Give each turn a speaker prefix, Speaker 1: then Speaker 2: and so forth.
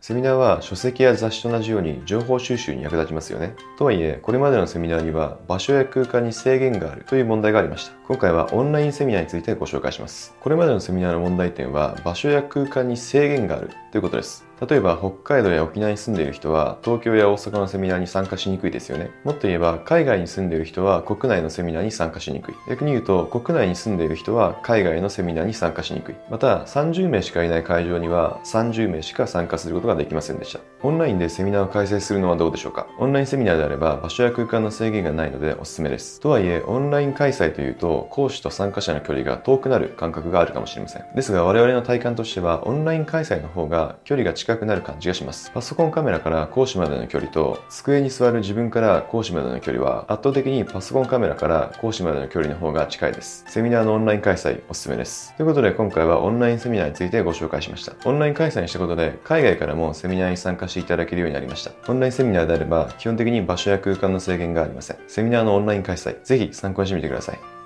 Speaker 1: セミナーは書籍や雑誌と同じように情報収集に役立ちますよね。とはいえ、これまでのセミナーには場所や空間に制限があるという問題がありました。今回はオンラインセミナーについてご紹介します。これまでのセミナーの問題点は場所や空間に制限があるということです。例えば北海道や沖縄に住んでいる人は東京や大阪のセミナーに参加しにくいですよね。もっと言えば海外に住んでいる人は国内のセミナーに参加しにくい。逆に言うと国内に住んでいる人は海外のセミナーに参加しにくい。また30名しかいない会場には30名しか参加することができませんでした。オンラインでセミナーを開催するのはどうでしょうか。オンラインセミナーであれば場所や空間の制限がないのでおすすめです。とはいえオンライン開催というと講師と参加者の距離が遠くなる感覚があるかもしれません。ですが我々の体感としてはオンライン開催の方が距離が近くなる感じがします。パソコンカメラから講師までの距離と机に座る自分から講師までの距離は圧倒的にパソコンカメラから講師までの距離の方が近いです。セミナーのオンライン開催おすすめです。ということで今回はオンラインセミナーについてご紹介しました。オンライン開催にしたことで海外からもセミナーに参加していただけるようになりました。オンラインセミナーであれば基本的に場所や空間の制限がありません。セミナーのオンライン開催ぜひ参考にしてみてください。